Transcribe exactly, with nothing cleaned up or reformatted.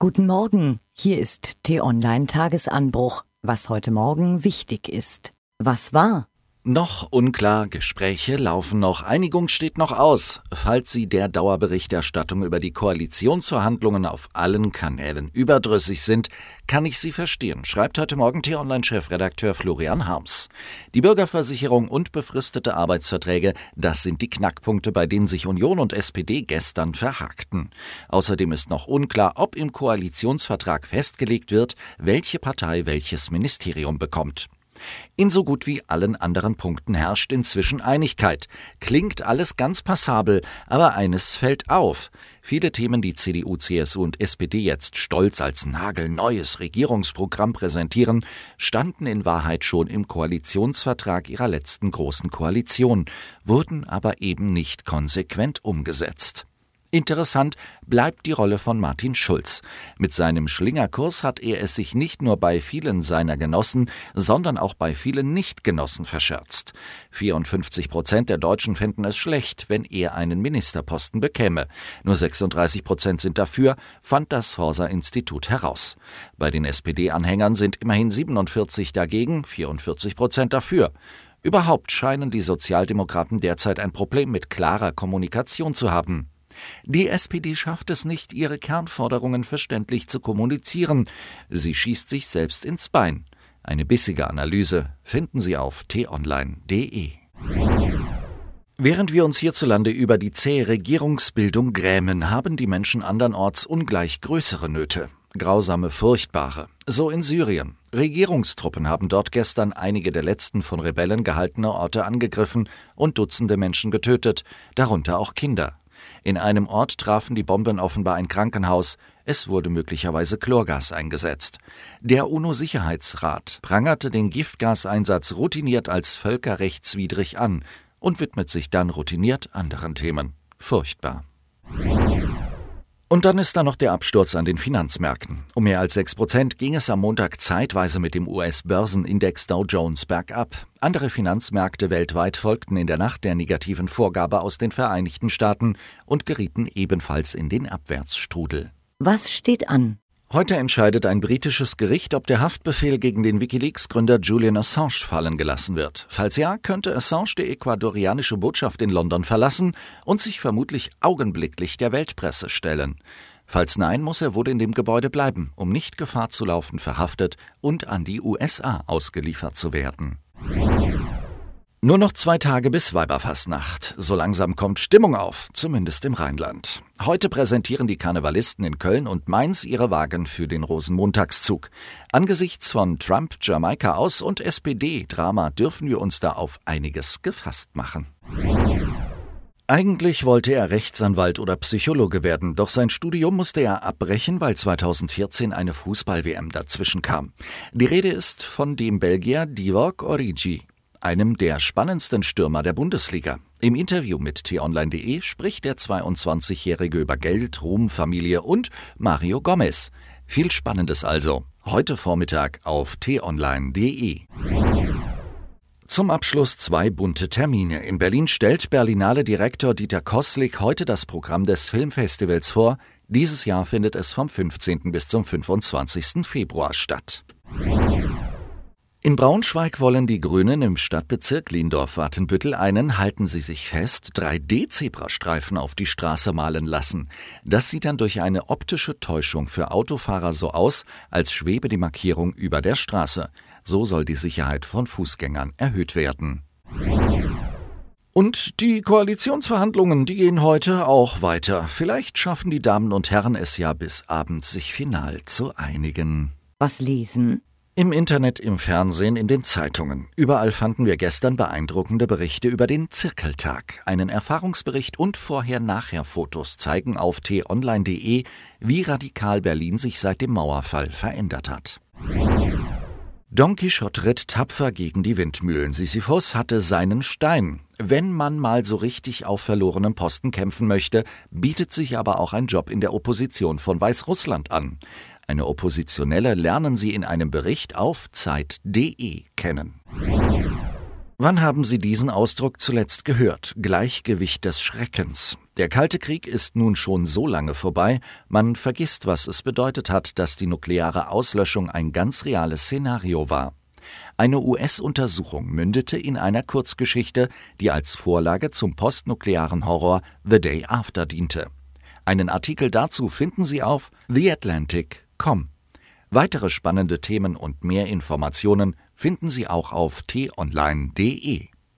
Guten Morgen, hier ist T-Online Tagesanbruch, was heute Morgen wichtig ist. Was war? Noch unklar, Gespräche laufen noch, Einigung steht noch aus. Falls Sie der Dauerberichterstattung über die Koalitionsverhandlungen auf allen Kanälen überdrüssig sind, kann ich Sie verstehen, schreibt heute Morgen T-Online-Chefredakteur Florian Harms. Die Bürgerversicherung und befristete Arbeitsverträge, das sind die Knackpunkte, bei denen sich Union und S P D gestern verhakten. Außerdem ist noch unklar, ob im Koalitionsvertrag festgelegt wird, welche Partei welches Ministerium bekommt. In so gut wie allen anderen Punkten herrscht inzwischen Einigkeit. Klingt alles ganz passabel, aber eines fällt auf. Viele Themen, die C D U, C S U und S P D jetzt stolz als nagelneues Regierungsprogramm präsentieren, standen in Wahrheit schon im Koalitionsvertrag ihrer letzten großen Koalition, wurden aber eben nicht konsequent umgesetzt. Interessant bleibt die Rolle von Martin Schulz. Mit seinem Schlingerkurs hat er es sich nicht nur bei vielen seiner Genossen, sondern auch bei vielen Nicht-Genossen verscherzt. vierundfünfzig Prozent der Deutschen fänden es schlecht, wenn er einen Ministerposten bekäme. Nur sechsunddreißig Prozent sind dafür, fand das Forsa-Institut heraus. Bei den S P D-Anhängern sind immerhin siebenundvierzig dagegen, vierundvierzig Prozent dafür. Überhaupt scheinen die Sozialdemokraten derzeit ein Problem mit klarer Kommunikation zu haben. Die S P D schafft es nicht, ihre Kernforderungen verständlich zu kommunizieren. Sie schießt sich selbst ins Bein. Eine bissige Analyse finden Sie auf t online punkt de. Während wir uns hierzulande über die zähe Regierungsbildung grämen, haben die Menschen andernorts ungleich größere Nöte. Grausame, furchtbare. So in Syrien. Regierungstruppen haben dort gestern einige der letzten von Rebellen gehaltene Orte angegriffen und Dutzende Menschen getötet, darunter auch Kinder. In einem Ort trafen die Bomben offenbar ein Krankenhaus. Es wurde möglicherweise Chlorgas eingesetzt. Der UNO-Sicherheitsrat prangerte den Giftgaseinsatz routiniert als völkerrechtswidrig an und widmet sich dann routiniert anderen Themen. Furchtbar. Und dann ist da noch der Absturz an den Finanzmärkten. Um mehr als sechs Prozent ging es am Montag zeitweise mit dem U S-Börsenindex Dow Jones bergab. Andere Finanzmärkte weltweit folgten in der Nacht der negativen Vorgabe aus den Vereinigten Staaten und gerieten ebenfalls in den Abwärtsstrudel. Was steht an? Heute entscheidet ein britisches Gericht, ob der Haftbefehl gegen den WikiLeaks-Gründer Julian Assange fallen gelassen wird. Falls ja, könnte Assange die ecuadorianische Botschaft in London verlassen und sich vermutlich augenblicklich der Weltpresse stellen. Falls nein, muss er wohl in dem Gebäude bleiben, um nicht Gefahr zu laufen, verhaftet und an die U S A ausgeliefert zu werden. Nur noch zwei Tage bis Weiberfastnacht. So langsam kommt Stimmung auf, zumindest im Rheinland. Heute präsentieren die Karnevalisten in Köln und Mainz ihre Wagen für den Rosenmontagszug. Angesichts von Trump, Jamaika aus und S P D-Drama dürfen wir uns da auf einiges gefasst machen. Eigentlich wollte er Rechtsanwalt oder Psychologe werden, doch sein Studium musste er abbrechen, weil zweitausendvierzehn eine Fußball-W M dazwischen kam. Die Rede ist von dem Belgier Divock Origi, einem der spannendsten Stürmer der Bundesliga. Im Interview mit t online punkt de spricht der zweiundzwanzigjährige über Geld, Ruhm, Familie und Mario Gomez. Viel Spannendes also. Heute Vormittag auf t online punkt de. Zum Abschluss zwei bunte Termine. In Berlin stellt Berlinale-Direktor Dieter Koßlik heute das Programm des Filmfestivals vor. Dieses Jahr findet es vom fünfzehnten bis zum fünfundzwanzigsten Februar statt. In Braunschweig wollen die Grünen im Stadtbezirk Lindorf-Watenbüttel einen, halten Sie sich fest, drei D Zebrastreifen auf die Straße malen lassen. Das sieht dann durch eine optische Täuschung für Autofahrer so aus, als schwebe die Markierung über der Straße. So soll die Sicherheit von Fußgängern erhöht werden. Und die Koalitionsverhandlungen, die gehen heute auch weiter. Vielleicht schaffen die Damen und Herren es ja bis abends, sich final zu einigen. Was lesen? Im Internet, im Fernsehen, in den Zeitungen. Überall fanden wir gestern beeindruckende Berichte über den Zirkeltag. Einen Erfahrungsbericht und Vorher-Nachher-Fotos zeigen auf t online punkt de, wie radikal Berlin sich seit dem Mauerfall verändert hat. Don Quixote ritt tapfer gegen die Windmühlen. Sisyphus hatte seinen Stein. Wenn man mal so richtig auf verlorenem Posten kämpfen möchte, bietet sich aber auch ein Job in der Opposition von Weißrussland an. Eine Oppositionelle lernen Sie in einem Bericht auf zeit punkt de kennen. Wann haben Sie diesen Ausdruck zuletzt gehört? Gleichgewicht des Schreckens. Der Kalte Krieg ist nun schon so lange vorbei, man vergisst, was es bedeutet hat, dass die nukleare Auslöschung ein ganz reales Szenario war. Eine U S-Untersuchung mündete in einer Kurzgeschichte, die als Vorlage zum postnuklearen Horror The Day After diente. Einen Artikel dazu finden Sie auf the atlantic punkt com. Weitere spannende Themen und mehr Informationen finden Sie auch auf t online punkt de.